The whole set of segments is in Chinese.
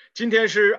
今天是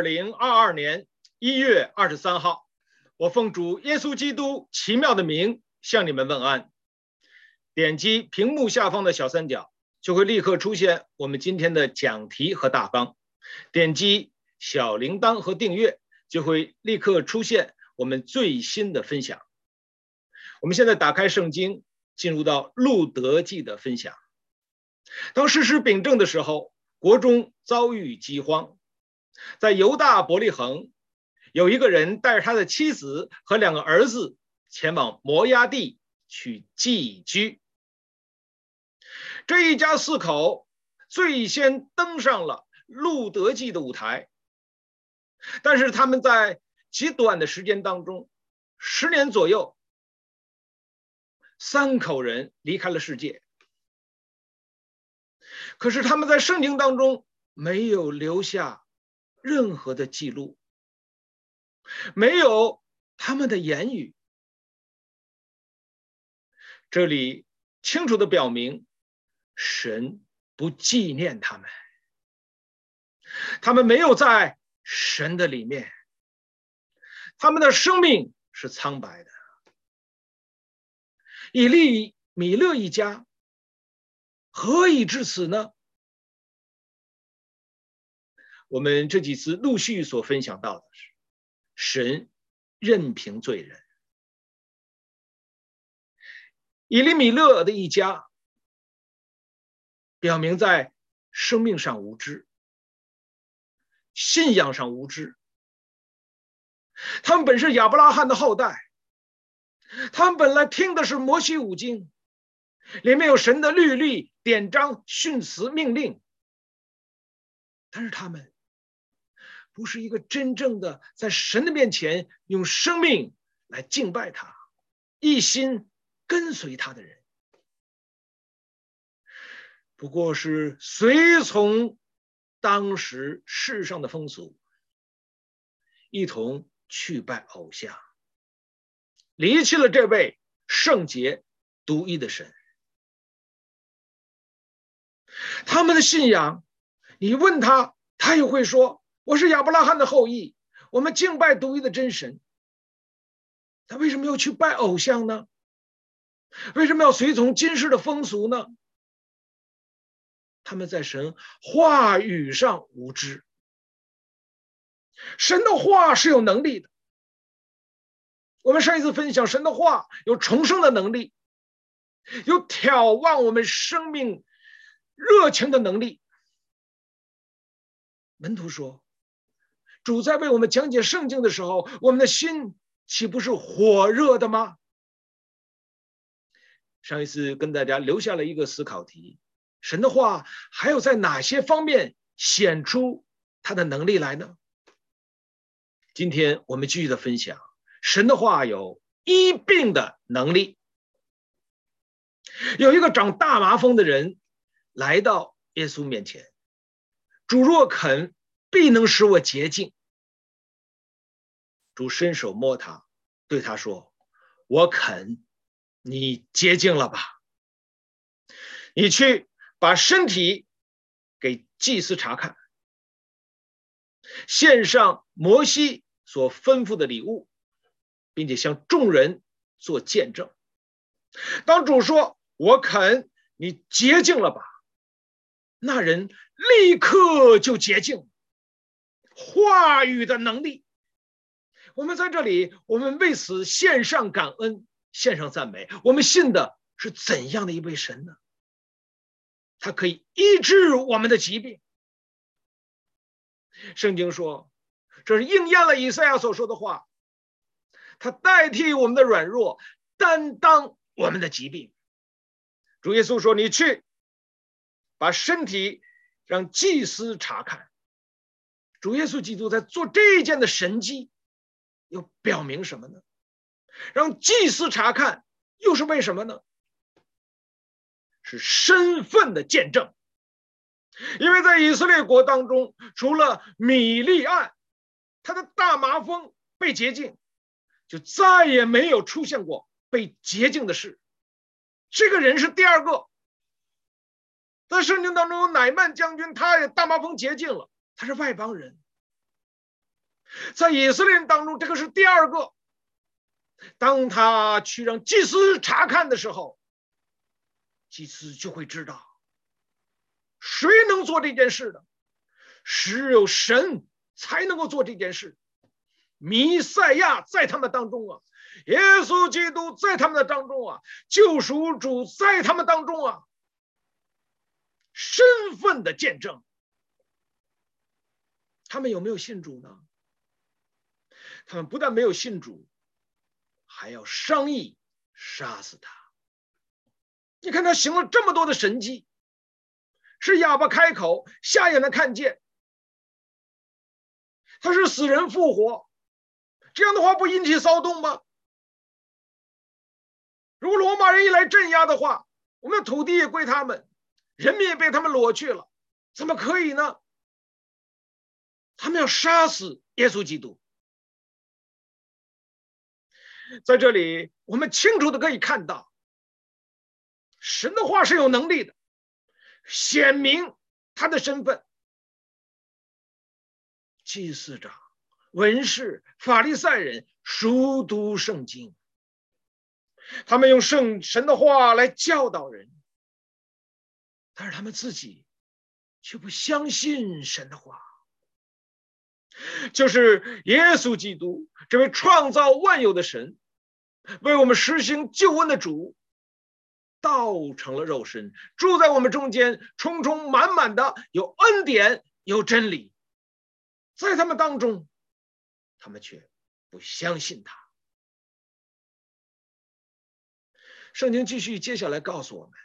2022年1月23号，我奉主耶稣基督奇妙的名向你们问安。点击屏幕下方的小三角，就会立刻出现我们今天的讲题和大纲。点击小铃铛和订阅，就会立刻出现我们最新的分享。我们现在打开圣经，进入到路德记的分享。当士师秉政的时候，国中遭遇饥荒。在犹大伯利恒，有一个人带着他的妻子和2个儿子前往摩押地去寄居。这一家4口最先登上了路德记的舞台，但是他们在极短的时间当中，10年左右，3口人离开了世界。可是他们在圣经当中没有留下任何的记录，没有他们的言语。这里清楚地表明，神不纪念他们，他们没有在神的里面，他们的生命是苍白的。以利米勒一家何以至此呢？我们这几次陆续所分享到的是，神任凭罪人。以利米勒的一家表明在生命上无知，信仰上无知。他们本是亚伯拉罕的后代，他们本来听的是摩西五经，里面有神的律例、典章、训词、命令，但是他们不是一个真正的在神的面前用生命来敬拜他，一心跟随他的人，不过是随从当时世上的风俗，一同去拜偶像，离弃了这位圣洁独一的神。他们的信仰，你问他，他也会说，我是亚伯拉罕的后裔，我们敬拜独一的真神。他为什么要去拜偶像呢？为什么要随从今世的风俗呢？他们在神话语上无知。神的话是有能力的，我们上一次分享，神的话有重生的能力，有眺望我们生命热情的能力。门徒说，主在为我们讲解圣经的时候，我们的心岂不是火热的吗？上一次跟大家留下了一个思考题，神的话还有在哪些方面显出他的能力来呢？今天我们继续的分享，神的话有医病的能力。有一个长大麻风的人来到耶稣面前，主若肯，必能使我洁净。主伸手摸他，对他说，我肯，你洁净了吧。你去把身体给祭司查看，献上摩西所吩咐的礼物，并且向众人做见证。当主说，我肯，你洁净了吧，那人立刻就洁净。话语的能力，我们在这里，我们为此献上感恩，献上赞美。我们信的是怎样的一位神呢？他可以医治我们的疾病。圣经说，这是应验了以赛亚所说的话，他代替我们的软弱，担当我们的疾病。主耶稣说，你去把身体让祭司查看。主耶稣基督在做这一件的神迹，又表明什么呢？让祭司查看又是为什么呢？是身份的见证。因为在以色列国当中，除了米利暗他的大麻风被洁净，就再也没有出现过被洁净的事。这个人是第2个。在圣经当中，乃曼将军他也大麻风洁净了， 他是外邦人。在以色列人当中，这个是第二个。当他去让祭司查看的时候，祭司就会知道谁能做这件事的，只有神才能够做这件事。弥赛亚在他们当中啊，耶稣基督在他们的当中啊，救赎主在他们当中啊，身份的见证。他们有没有信主呢？他们不但没有信主，还要商议杀死他。你看他行了这么多的神迹，是哑巴开口，瞎眼的看见，他是死人复活，这样的话不引起骚动吗？如果罗马人一来镇压的话，我们的土地也归他们，人民也被他们掳去了，怎么可以呢？他们要杀死耶稣基督。在这里我们清楚的可以看到，神的话是有能力的，显明他的身份。祭司长、文士、法利赛人熟读圣经，他们用神的话来教导人，但是他们自己却不相信神的话。就是耶稣基督这位创造万有的神，为我们实行救恩的主，道成了肉身，住在我们中间，充充满满的有恩典有真理。在他们当中，他们却不相信他。圣经继续接下来告诉我们，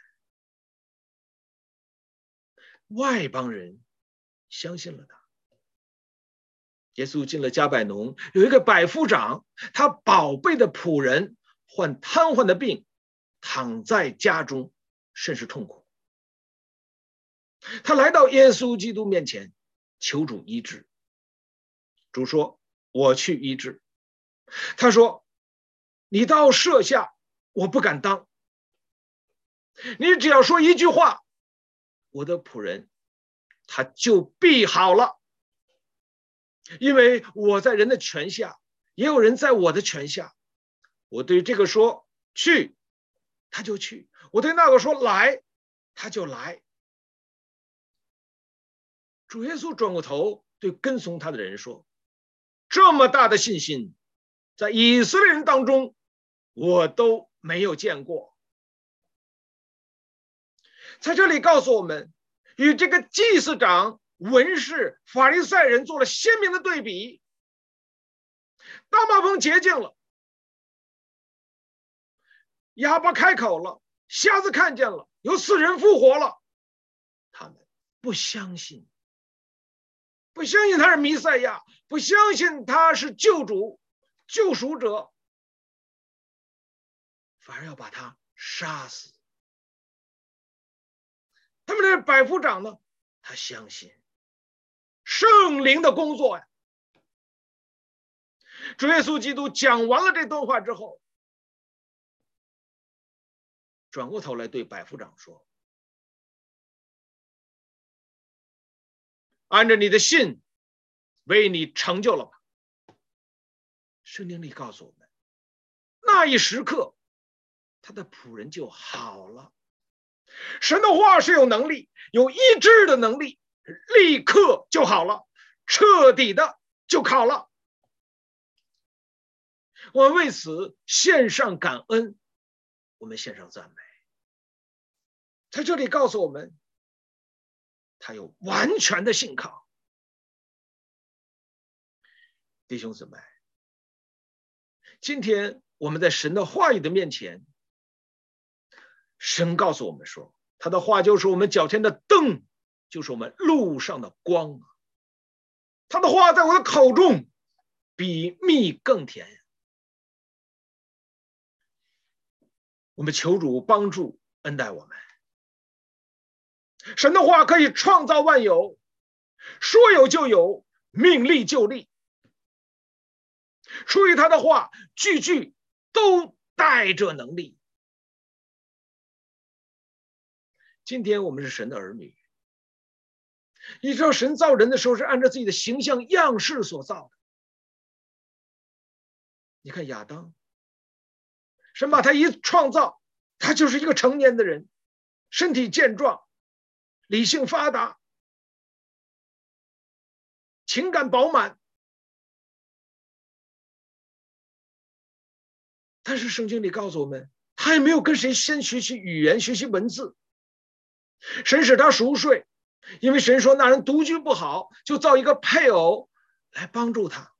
外邦人相信了他。耶稣进了加百农，有一个百夫长，他宝贝的仆人患瘫痪的病，躺在家中，甚是痛苦。他来到耶稣基督面前，求主医治。主说：“我去医治。”他说：“你到舍下，我不敢当。你只要说一句话，我的仆人他就必好了。因为我在人的权下，也有人在我的权下。我对这个说去，他就去；我对那个说来，他就来。”主耶稣转过头对跟从他的人说：“这么大的信心，在以色列人当中，我都没有见过。”在这里告诉我们，与这个祭司长、文士、法利赛人做了鲜明的对比。大麻风洁净了，哑巴开口了，瞎子看见了，有死人复活了，他们不相信，不相信他是弥赛亚，不相信他是救主、救赎者，反而要把他杀死。他们的百夫长呢，他相信圣灵的工作呀。主耶稣基督讲完了这段话之后，转过头来对百夫长说：“按着你的信，为你成就了吧。”圣经里告诉我们，那一时刻，他的仆人就好了。神的话是有能力，有医治的能力，立刻就好了，彻底的就好了。我们为此献上感恩，我们献上赞美。在这里告诉我们，他有完全的信靠。弟兄姊妹，今天我们在神的话语的面前，神告诉我们说，他的话就是我们脚前的灯，就是我们路上的光。他的话在我的口中，比蜜更甜。我们求主帮助恩待我们。神的话可以创造万有，说有就有，命立就立。出于他的话，句句都带着能力。今天我们是神的儿女， 你知道神造人的时候是按照自己的形象样式所造的。你看亚当，神把他一创造，他就是一个成年的人，身体健壮，理性发达，情感饱满。但是圣经里告诉我们，他也没有跟谁先学习语言，学习文字。神使他熟睡，因为神说那人独居不好，就造一个配偶来帮助他。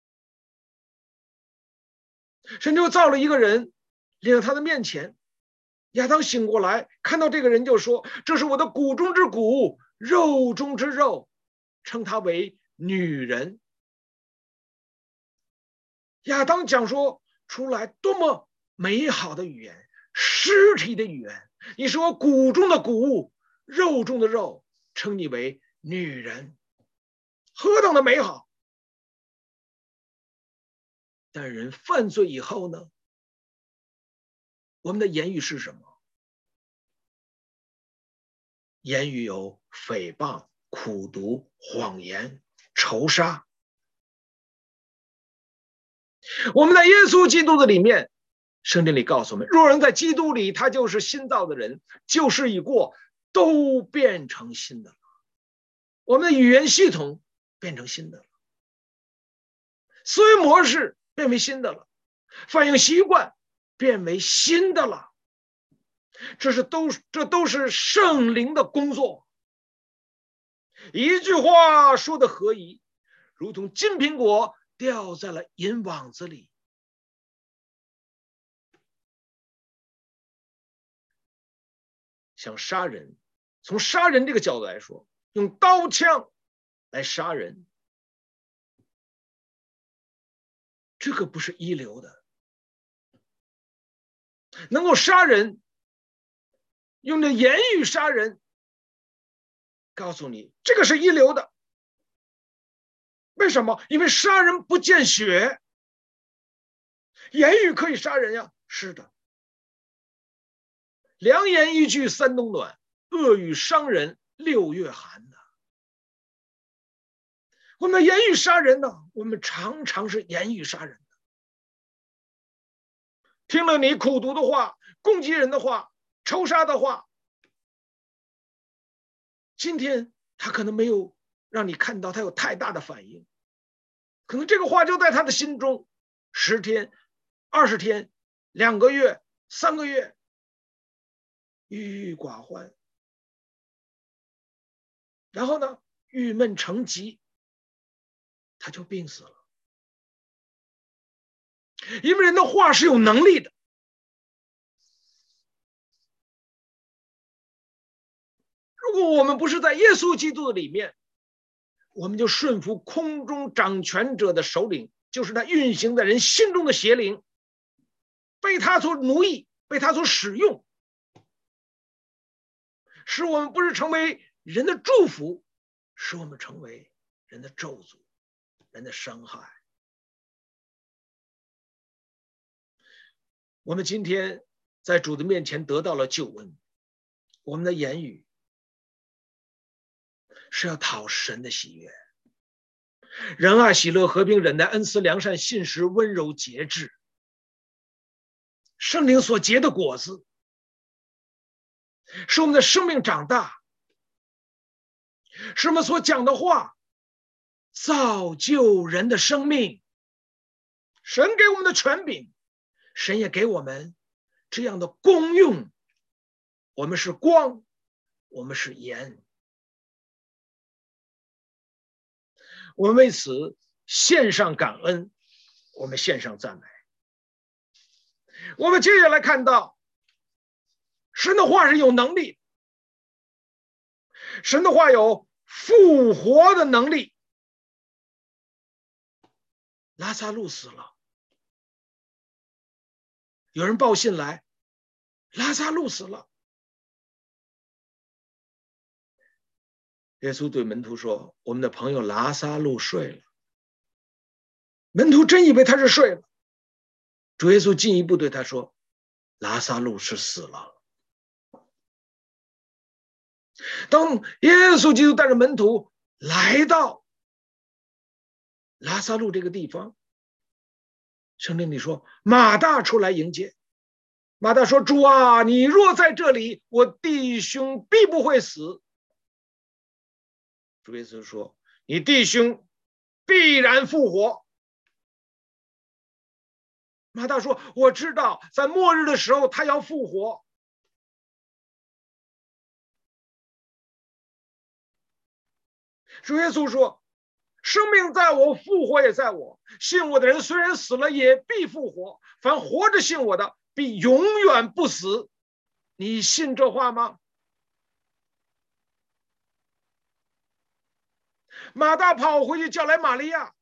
神就造了一个人，领到他的面前。亚当醒过来，看到这个人就说：“这是我的骨中之骨，肉中之肉，称他为女人。”亚当讲说出来多么美好的语言，实体的语言。你说骨中的骨，肉中的肉，称你为女人，何等的美好！但人犯罪以后呢？我们的言语是什么？言语有诽谤、苦毒、谎言、仇杀。我们在耶稣基督的里面，圣经里告诉我们，若人在基督里，他就是新造的人，旧事已过，都变成新的了。我们的语言系统变成新的了，思维模式变为新的了，反应习惯变为新的了。这都是圣灵的工作。一句话说的合宜，如同金苹果掉在了银网子里。像杀人，从杀人这个角度来说，用刀枪来杀人，这个不是一流的。能够杀人，用的言语杀人，告诉你这个是一流的。为什么？因为杀人不见血。言语可以杀人呀，是的。良言一句三冬暖，恶语伤人六月寒的。我们言语杀人呢，我们常常是言语杀人的。听了你苦毒的话，攻击人的话，仇杀的话，今天他可能没有让你看到他有太大的反应，可能这个话就在他的心中10天、20天、2个月、3个月，郁郁寡欢，然后呢，郁闷成疾，他就病死了。因为人的话是有能力的。如果我们不是在耶稣基督的里面，我们就顺服空中掌权者的首领，就是那运行在人心中的邪灵，被他所奴役，被他所使用，使我们不是成为人的祝福，使我们成为人的咒诅，人的伤害。我们今天在主的面前得到了救恩，我们的言语是要讨神的喜悦，仁爱、喜乐、和平、忍耐、恩慈、良善、信实、温柔、节制，圣灵所结的果子，使我们的生命长大，使我们所讲的话造就人的生命。神给我们的权柄，神也给我们这样的功用。我们是光，我们是盐。我们为此献上感恩，我们献上赞美。我们接下来看到神的话是有能力，神的话有复活的能力。拉撒路死了，有人报信来，拉撒路死了。耶稣对门徒说，我们的朋友拉撒路睡了。门徒真以为他是睡了，主耶稣进一步对他说，拉撒路是死了。 当耶稣基督带着门徒来到拉撒路这个地方，圣经里说马大出来迎接。马大说：“主啊，你若在这里，我弟兄必不会死。”主耶稣说：“你弟兄必然复活。”马大说：“我知道，在末日的时候他要复活。”主耶稣说：“生命在我，复活也在我。信我的人虽然死了，也必复活。凡活着信我的，必永远不死。”你信这话吗？马大跑回去叫来玛利亚，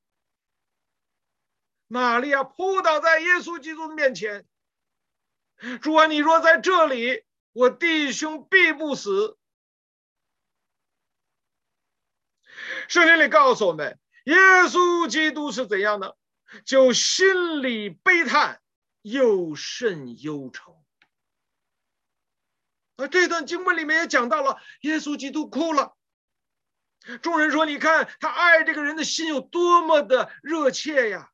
玛利亚扑倒在耶稣基督的面前：“主啊，你若在这里，我弟兄必不死。”圣经里告诉我们，耶稣基督是怎样的？就心里悲叹，又甚忧愁。这段经文里面也讲到了，耶稣基督哭了。众人说：“你看他爱这个人的心有多么的热切呀！”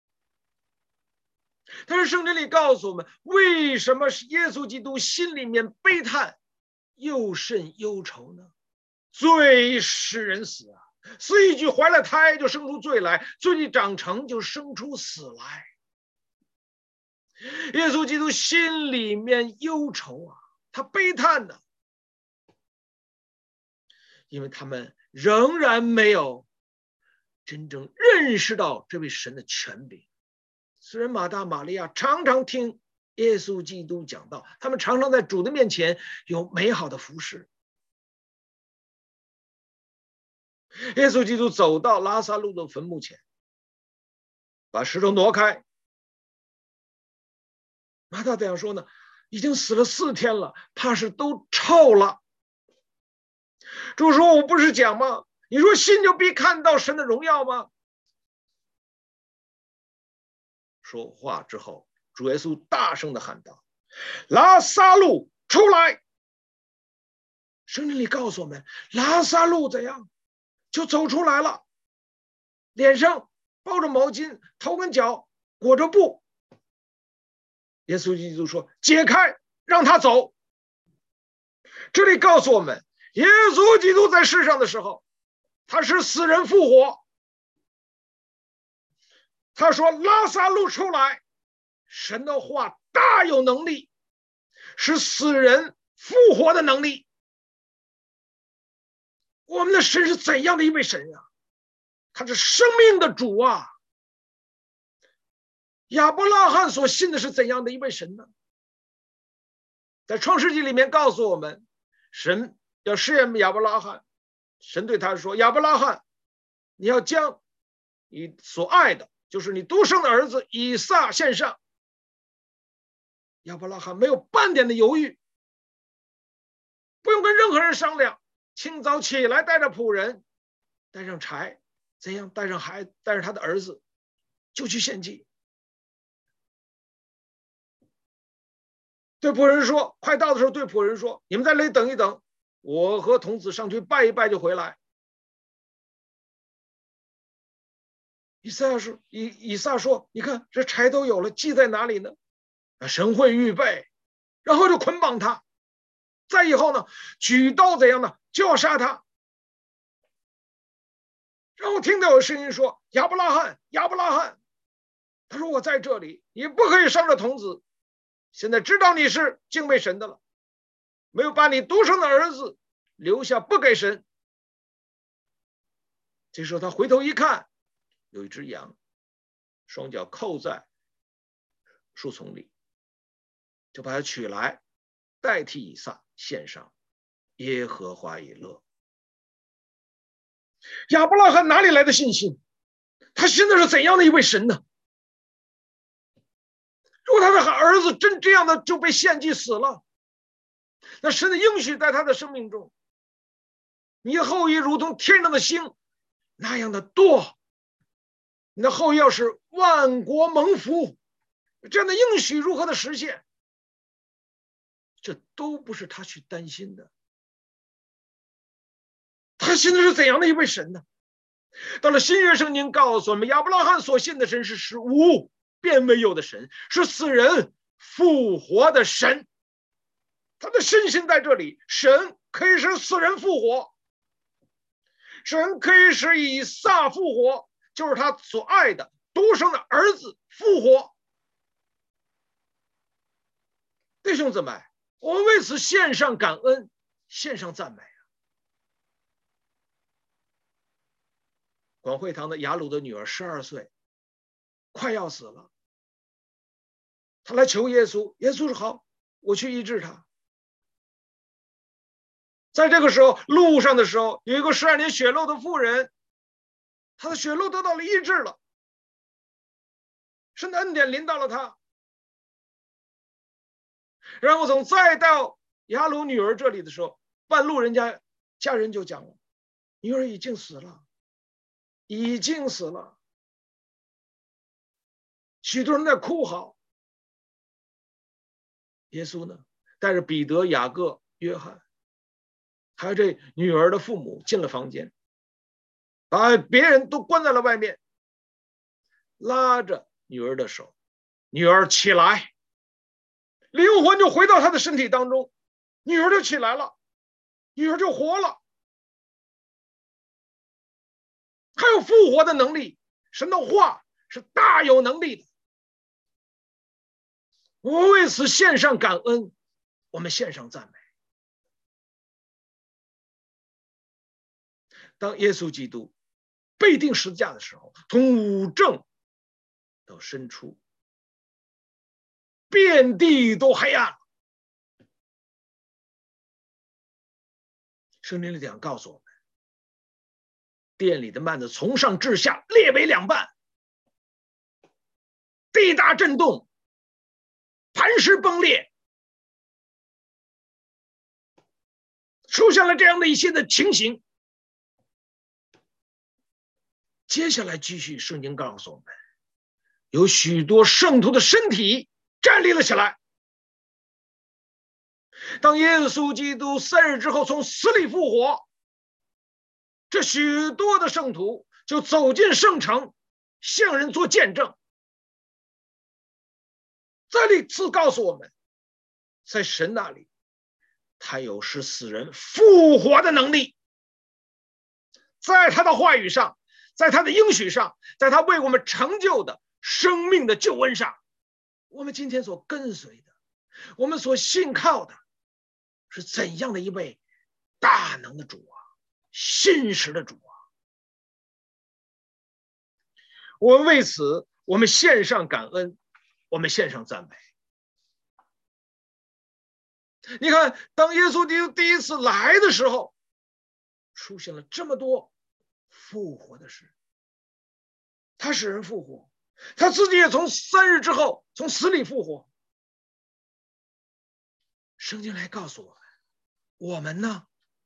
但是圣经里告诉我们，为什么是耶稣基督心里面悲叹，又甚忧愁呢？罪使人死啊！死一句，怀了胎就生出罪来，罪一长成就生出死来。耶稣基督心里面忧愁啊，他悲叹的，因为他们仍然没有真正认识到这位神的权柄。虽然马大、玛利亚常常听耶稣基督讲道，他们常常在主的面前有美好的服侍。耶稣基督走到拉撒路的坟墓前，把石头挪开。马大怎样说呢？已经死了4天了，怕是都臭了。主说：“我不是讲吗？你说信就必看到神的荣耀吗？”说话之后，主耶稣大声的喊道：“拉撒路出来！”圣经里告诉我们，拉撒路怎样就走出来了，脸上包着毛巾，头跟脚裹着布。耶稣基督说：“解开，让他走。”这里告诉我们，耶稣基督在世上的时候，他是死人复活。他说：“拉撒路出来。”神的话大有能力，是死人复活的能力。我们的神是怎样的一位神啊？他是生命的主啊！亚伯拉罕所信的是怎样的一位神呢？在创世纪里面告诉我们，神要试验亚伯拉罕，神对他说：“亚伯拉罕，你要将你所爱的，就是你独生的儿子以撒献上。”亚伯拉罕没有半点的犹豫，不用跟任何人商量，清早起来，带着仆人，带上柴，怎样带上孩子，带着他的儿子，就去献祭。对仆人说，快到的时候对仆人说：“你们在这里等一等，我和童子上去拜一拜就回来。”以撒说：“你看这柴都有了，祭在哪里呢？神会预备。”然后就捆绑他，再以后呢，举刀怎样呢，就要杀他。然后听到有声音说：“亚伯拉罕，亚伯拉罕！”他说：“我在这里，你不可以伤着童子。现在知道你是敬畏神的了，没有把你独生的儿子留下不给神。”这时候他回头一看，有一只羊，双脚扣在树丛里，就把它取来，代替以撒献上。耶和华以乐。亚伯拉罕哪里来的信心？他信的是怎样的一位神呢？如果他的儿子真这样的就被献祭死了，那神的应许在他的生命中，你的后裔如同天上的星那样的多，你的后裔要是万国蒙福，这样的应许如何的实现？这都不是他去担心的。 他信的是怎样的一位神呢？到了新约圣经告诉我们，亚伯拉罕所信的神是使无变为有的神，是死人复活的神。他的深信在这里，神可以使死人复活，神可以使以撒复活，就是他所爱的独生的儿子复活。弟兄姊妹，我们为此献上感恩，献上赞美。广会堂的雅鲁的女儿12岁，快要死了，她来求耶稣，耶稣说好，我去医治她。在这个时候，路上的时候，有一个12年血漏的妇人，她的血漏得到了医治了，神的恩典临到了她。然后从再到雅鲁女儿这里的时候，半路人家人就讲了，女儿已经死了，已经死了。许多人在哭嚎。耶稣呢，带着彼得、雅各、约翰，还有这女儿的父母进了房间，把别人都关在了外面，拉着女儿的手，女儿起来，灵魂就回到她的身体当中，女儿就起来了，女儿就活了。还有复活的能力，神的话是大有能力的。我们为此献上感恩，我们献上赞美。当耶稣基督被钉十字架的时候，从五正到深处，遍地都黑暗了。圣经里讲告诉我们，殿里的幔子从上至下裂为两半，地大震动，磐石崩裂，出现了这样的一些的情形。接下来继续，圣经告诉我们，有许多圣徒的身体站立了起来。当耶稣基督3日之后从死里复活，这许多的圣徒就走进圣城，向人做见证。再一次告诉我们，在神那里，他有使死人复活的能力。在他的话语上，在他的应许上，在他为我们成就的生命的救恩上，我们今天所跟随的，我们所信靠的，是怎样的一位大能的主啊，信实的主啊！我们为此，我们献上感恩，我们献上赞美。你看，当耶稣基督第一次来的时候，出现了这么多复活的事，他使人复活，他自己也从3日之后从死里复活。圣经来告诉我们，我们呢？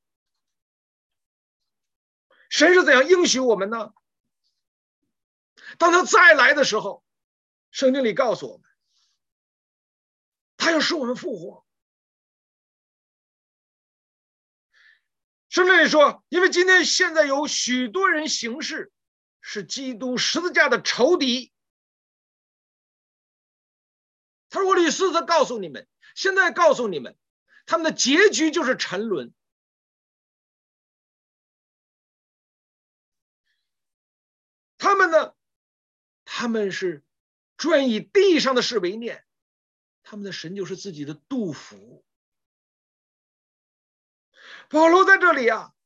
神是怎样应许我们呢？当他再来的时候，圣经里告诉我们，他要使我们复活。圣经里说，因为今天现在有许多人行事是基督十字架的仇敌。他说，我屡次的告诉你们，现在告诉你们，他们的结局就是沉沦。他们呢，他们是专以地上的事为念，他们的神就是自己的杜甫。保罗在这里啊，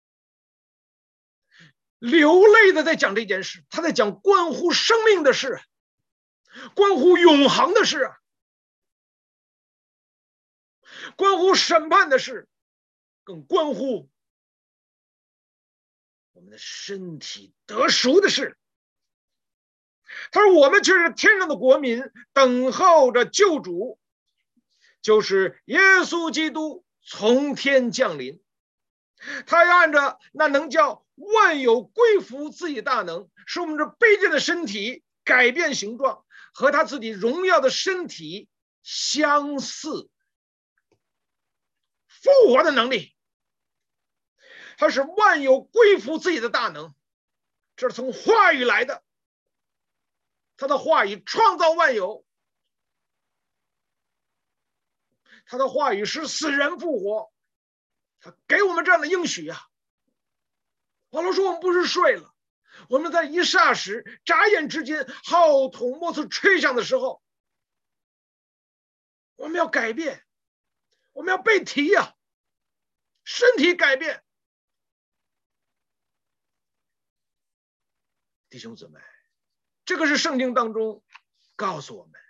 流泪的在讲这件事，他在讲关乎生命的事，关乎永恒的事，关乎审判的事，更关乎我们的身体得赎的事。他说，我们却是天上的国民，等候着救主，就是耶稣基督从天降临。他要按照那能叫万有归服自己大能，使我们这卑贱的身体改变形状，和他自己荣耀的身体相似。复活的能力， 他是万有归服自己的大能，这是从话语来的。他的话语创造万有，他的话语使死人复活，他给我们这样的应许啊。保罗说我们不是睡了，我们在一霎时眨眼之间，号筒末次吹响的时候，我们要改变，我们要被提呀，身体改变。弟兄姊妹，这个是圣经当中告诉我们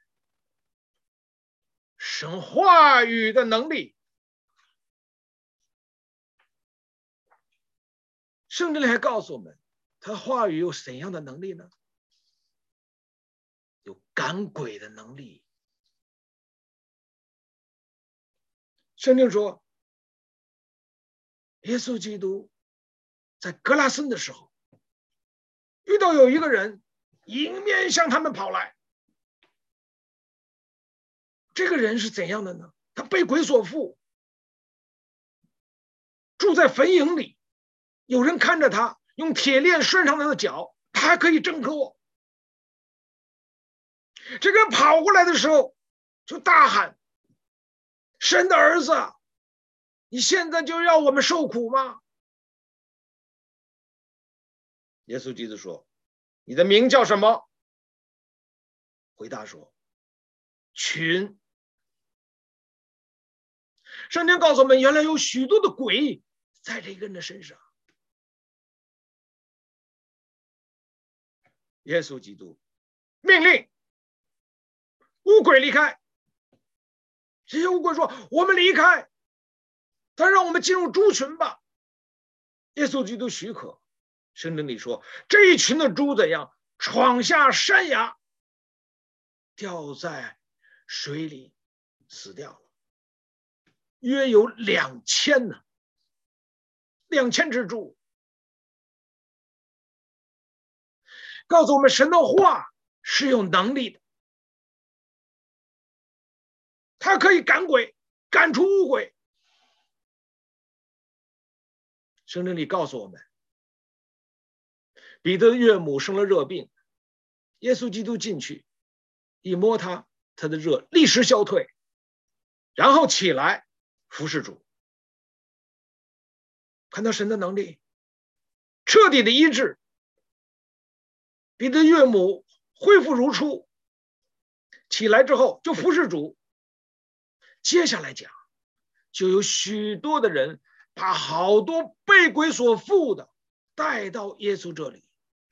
神话语的能力。圣经里还告诉我们，他话语有怎样的能力呢？有赶鬼的能力。圣经说，耶稣基督在格拉森的时候，遇到有一个人迎面向他们跑来。这个人是怎样的呢？他被鬼所附，住在坟茔里，有人看着他，用铁链拴上他的脚，他还可以挣脱。这个人跑过来的时候，就大喊：“神的儿子，你现在就要我们受苦吗？”耶稣基督说：“你的名叫什么？”回答说：“群。”圣经告诉我们，原来有许多的鬼在这个人的身上。耶稣基督命令污鬼离开。这些污鬼说：“我们离开，他让我们进入猪群吧。”耶稣基督许可。圣经里说，这一群的猪怎样闯下山崖，掉在水里死掉了，约有2000呢，2000只猪。告诉我们，神的话是有能力的，他可以赶鬼，赶出污鬼。圣经里告诉我们，彼得的岳母生了热病，耶稣基督进去一摸他，他的热立时消退，然后起来服侍主。看到神的能力，彻底的医治，彼得岳母恢复如初，起来之后就服侍主。接下来讲，就有许多的人把好多被鬼所附的带到耶稣这里。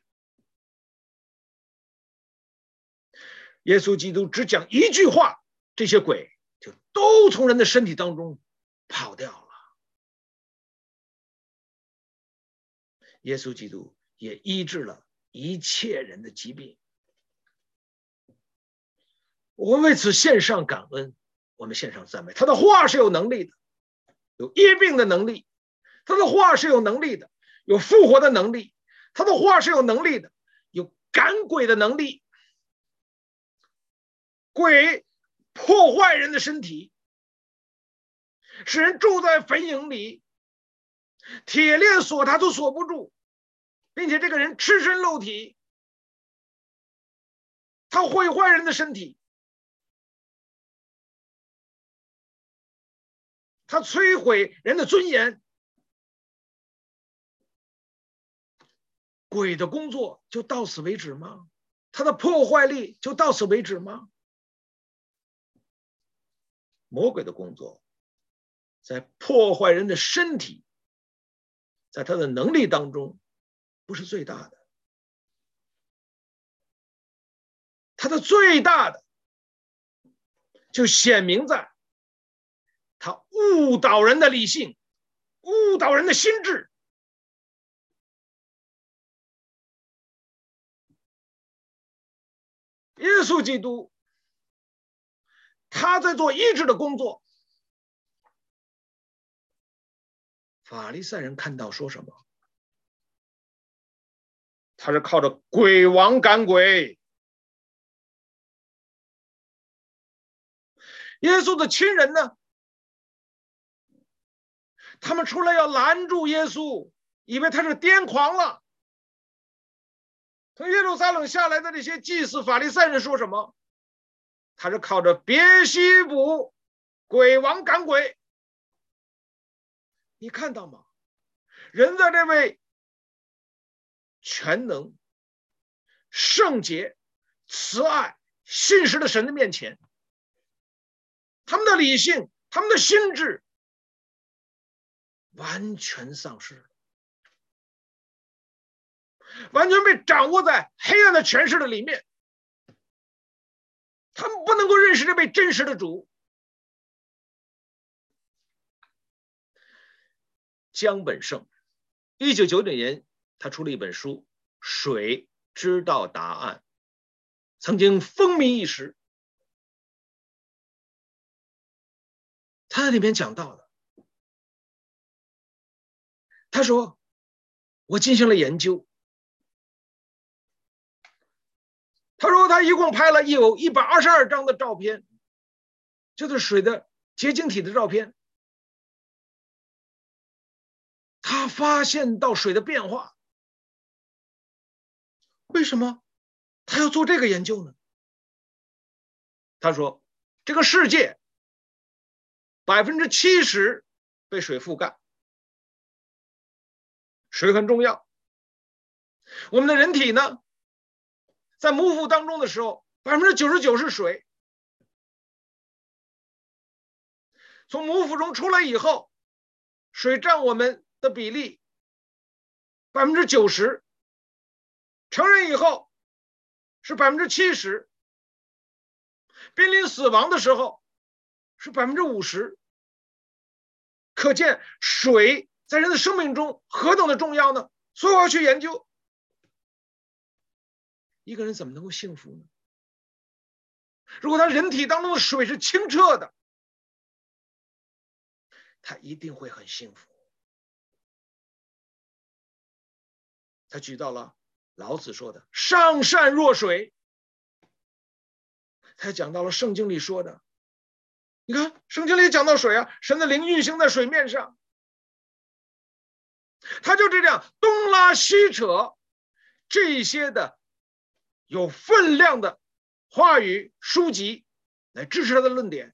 耶稣基督只讲一句话，这些鬼就都从人的身体当中跑掉了。耶稣基督也医治了一切人的疾病。我们为此献上感恩，我们献上赞美。他的话是有能力的，有医病的能力，他的话是有能力的，有复活的能力，他的话是有能力的，有赶鬼的能力。鬼破坏人的身体，使人住在坟茔里，铁链锁他都锁不住，并且这个人赤身露体，他毁坏人的身体，他摧毁人的尊严。鬼的工作就到此为止吗？他的破坏力就到此为止吗？魔鬼的工作在破坏人的身体，在他的能力当中不是最大的，他的最大的就显明在他误导人的理性，误导人的心智。耶稣基督他在做医治的工作，法利赛人看到说什么？他是靠着鬼王赶鬼。耶稣的亲人呢？ 他们出来要拦住耶稣，以为他是癫狂了。从耶路撒冷下来的这些祭司法利赛人说什么？他是靠着别西卜鬼王赶鬼。你看到吗？人在这位全能、圣洁、慈爱、信实的神的面前，他们的理性、他们的心智完全丧失了，完全被掌握在黑暗的权势的里面。他们不能够认识这位真实的主。江本胜1990年他出了一本书《水知道答案》，曾经风靡一时。他在里面讲到了，他说我进行了研究，他说他一共拍了有122张的照片，就是水的结晶体的照片。他发现到水的变化。为什么他要做这个研究呢？他说这个世界70%被水覆盖，水很重要。我们的人体呢，在母腹当中的时候，99%是水。从母腹中出来以后，水占我们的比例90%，成人以后是70%，濒临死亡的时候是50%。可见水在人的生命中何等的重要呢？所以我要去研究。一个人怎么能够幸福呢？如果他人体当中的水是清澈的，他一定会很幸福。他举到了老子说的上善若水，他讲到了圣经里说的，你看圣经里讲到水啊，神的灵运行在水面上，他就这样东拉西扯这些的有分量的话语书籍来支持他的论点。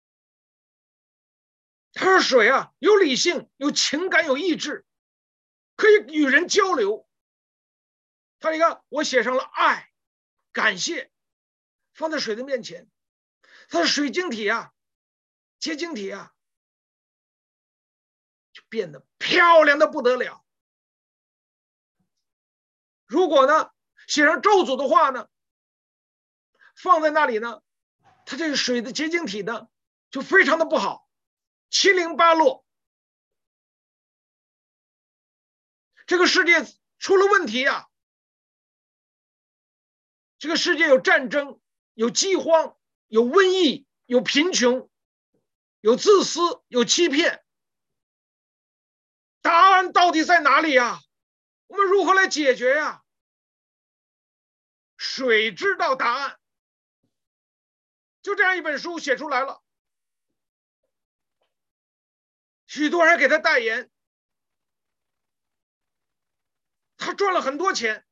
他说水啊，有理性，有情感，有意志，可以与人交流。他你看我写上了爱、感谢，放在水的面前，它的水晶体啊、结晶体啊就变得漂亮的不得了。如果呢写上咒诅的话呢，放在那里呢，它这个水的结晶体呢就非常的不好，七零八落。这个世界出了问题啊，这个世界有战争，有饥荒，有瘟疫，有贫穷，有自私，有欺骗。答案到底在哪里啊？我们如何来解决呀？水知道答案。就这样一本书写出来了，许多人给他代言，他赚了很多钱。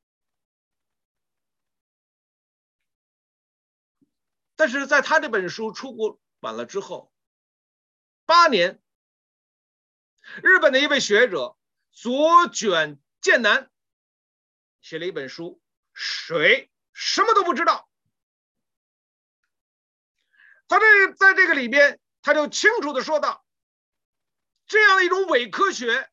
但是在他这本书出版了之后8年，日本的一位学者左卷健男写了一本书，水什么都不知道。他在这个里边，他就清楚的说到，这样的一种伪科学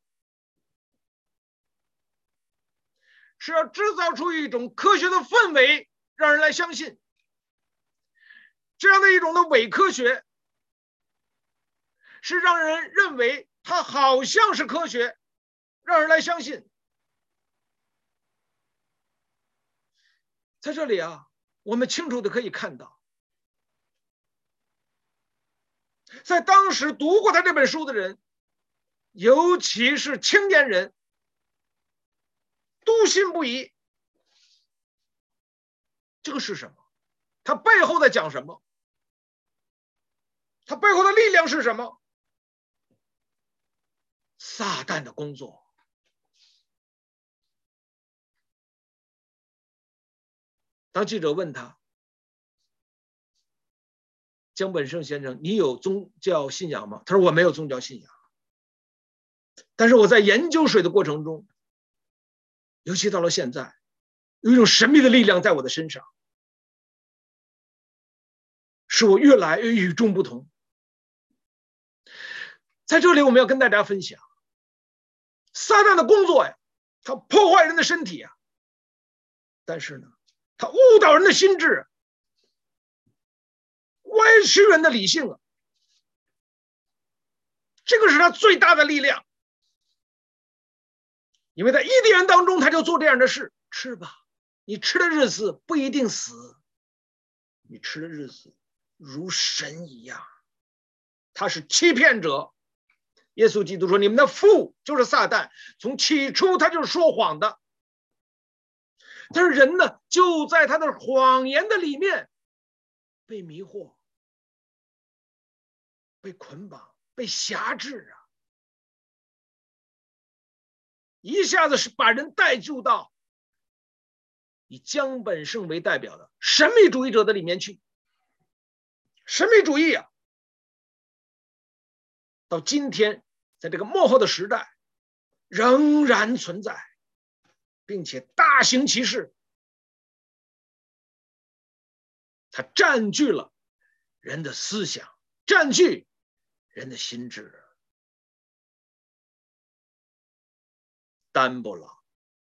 是要制造出一种科学的氛围，让人来相信。这样的一种的伪科学是让人认为它好像是科学，让人来相信。在这里啊，我们清楚的可以看到，在当时读过他这本书的人，尤其是青年人，笃信不疑。这个是什么？它背后在讲什么？它背后的力量是什么？ 撒旦的工作。当记者问他，江本胜先生，你有宗教信仰吗？他说我没有宗教信仰，但是我在研究水的过程中，尤其到了现在，有一种神秘的力量在我的身上，使我越来越与众不同。在这里我们要跟大家分享，撒旦的工作呀，他破坏人的身体啊，但是呢，他误导人的心智，歪曲人的理性啊，这个是他最大的力量。因为在伊甸园当中，他就做这样的事：吃吧，你吃的日子不一定死，你吃的日子如神一样。他是欺骗者。耶稣基督说：“你们的父就是撒旦，从起初他就是说谎的。”但是人呢，就在他的谎言的里面被迷惑、被捆绑、被辖制啊！一下子是把人带入到以江本胜为代表的神秘主义者的里面去。神秘主义啊，到今天在这个末后的时代仍然存在，并且大行其事。它占据了人的思想，占据人的心智。丹布朗，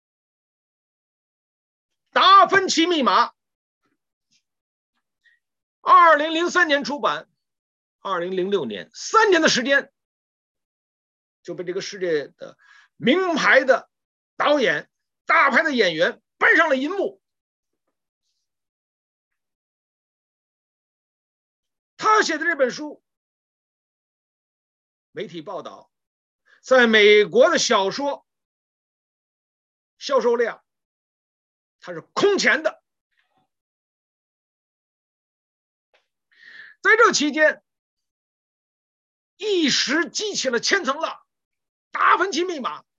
达芬奇密码，2003年出版，2006年，3年的时间就被这个世界的名牌的导演、大牌的演员搬上了银幕。他写的这本书，媒体报道，在美国的小说销售量，它是空前的。在这期间，一时激起了千层浪。达芬奇密码，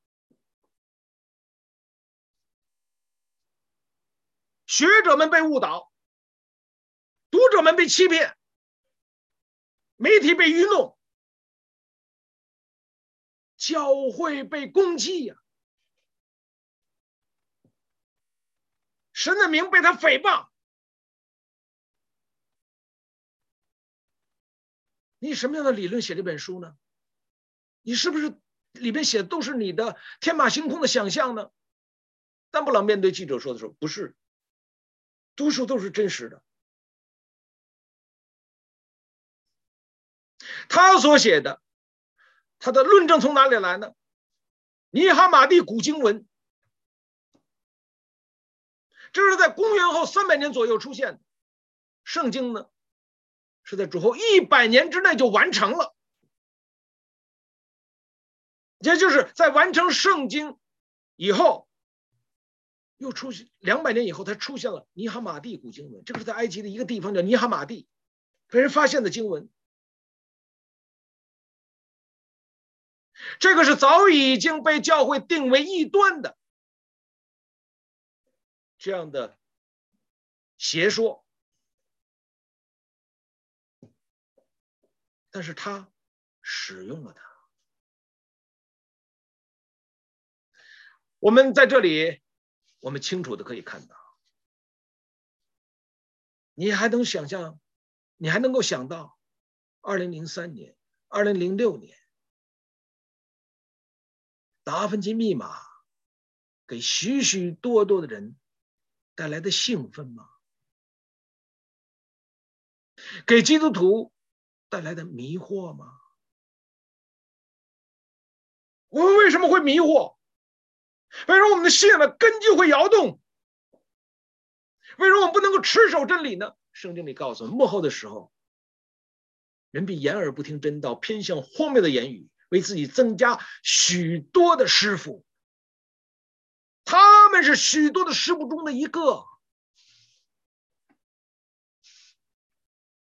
学者们被误导，读者们被欺骗，媒体被愚弄，教会被攻击呀，神的名被他诽谤。你什么样的理论写这本书呢？你是不是里面写的都是你的天马行空的想象呢？丹布朗面对记者说的时候，不是，多数都是真实的。他所写的，他的论证从哪里来呢？尼哈马蒂古经文，这是在公元后300年左右出现的。圣经呢，是在主后100年之内就完成了。也就是在完成圣经以后，又出现200年以后，才出现了尼哈马蒂古经文。这个是在埃及的一个地方叫尼哈马蒂，被人发现的经文。这个是早已经被教会定为异端的这样的邪说，但是他使用了它。我们在这里，我们清楚的可以看到，你还能想象，你还能够想到2003年、2006年，达芬奇密码给许许多多的人带来的兴奋吗？给基督徒带来的迷惑吗？我们为什么会迷惑？为什么我们的信仰的根基会摇动？为什么我们不能够持守真理呢？圣经里告诉我们，末后的时候，人必掩耳不听真道，偏向荒谬的言语，为自己增加许多的师傅。他们是许多的师傅中的一个。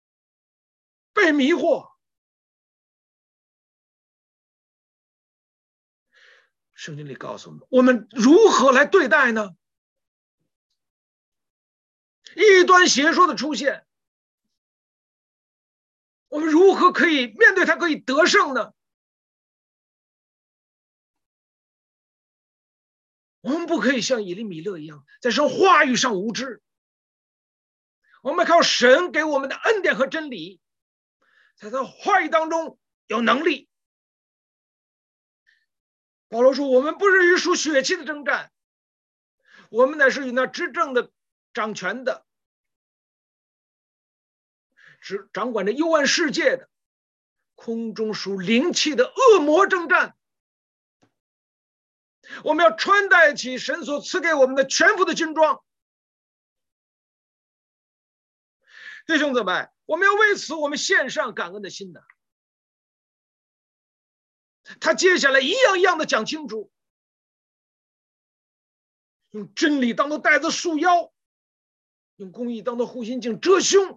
被迷惑， 圣经里告诉我们，我们如何来对待呢？异端邪说的出现，我们如何可以面对它，可以得胜呢？我们不可以像以利米勒一样，在神话语上无知。我们靠神给我们的恩典和真理，在他话语当中有能力。保罗说，我们不是与属血气的征战，我们乃是与那执政的、掌权的、掌管着幽暗世界的、空中属灵气的恶魔征战。我们要穿戴起神所赐给我们的全副的军装。弟兄姊妹，我们要为此我们献上感恩的心的。他接下来一样一样的讲清楚，用真理当做带子束腰，用公义当做护心镜遮胸，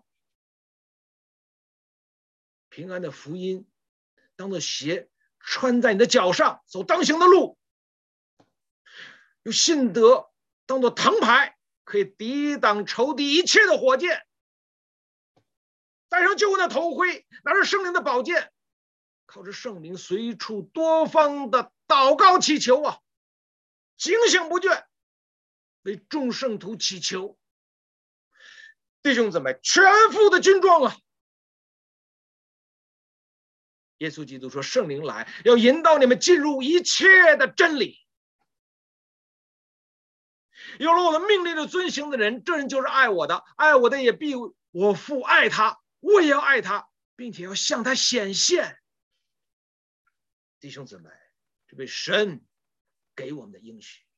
平安的福音当做鞋穿在你的脚上，走当行的路，用信德当做藤牌，可以抵挡仇敌一切的火箭，戴上救恩的头盔，拿着圣灵的宝剑，靠着圣灵随处多方的祷告祈求啊，警醒不倦，为众圣徒祈求。弟兄姊妹，全副的军装啊！耶稣基督说，圣灵来要引导你们进入一切的真理。有了我的命令的遵行的人，这人就是爱我的，爱我的也必我父爱他，我也要爱他，并且要向他显现。弟兄姊妹，这位神给我们的应许，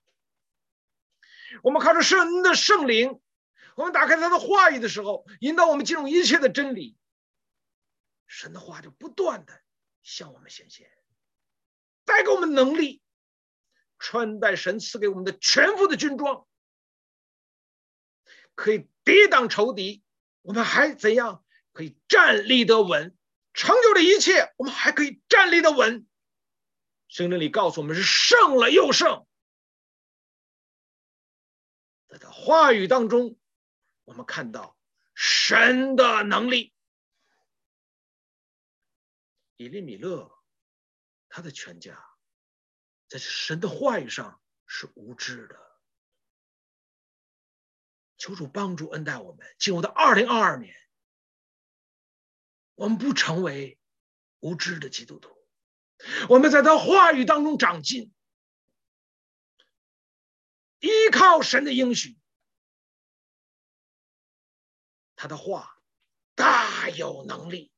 我们靠着神的圣灵，我们打开他的话语的时候，引导我们进入一切的真理，神的话就不断的向我们显现，带给我们能力，穿戴神赐给我们的全副的军装，可以抵挡仇敌，我们还怎样可以站立得稳，成就了一切，我们还可以站立得稳。圣经里告诉我们是胜了又胜。在他话语当中，我们看到神的能力。以利米勒他的全家在神的话语上是无知的。求主帮助恩待我们，进入到2022年，我们不成为无知的基督徒，我们在他话语当中长进，依靠神的应许，他的话大有能力。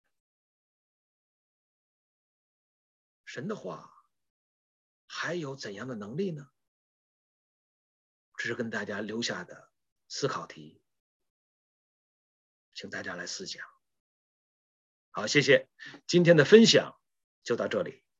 神的话还有怎样的能力呢？这是跟大家留下的思考题，请大家来思想。好，谢谢，今天的分享就到这里。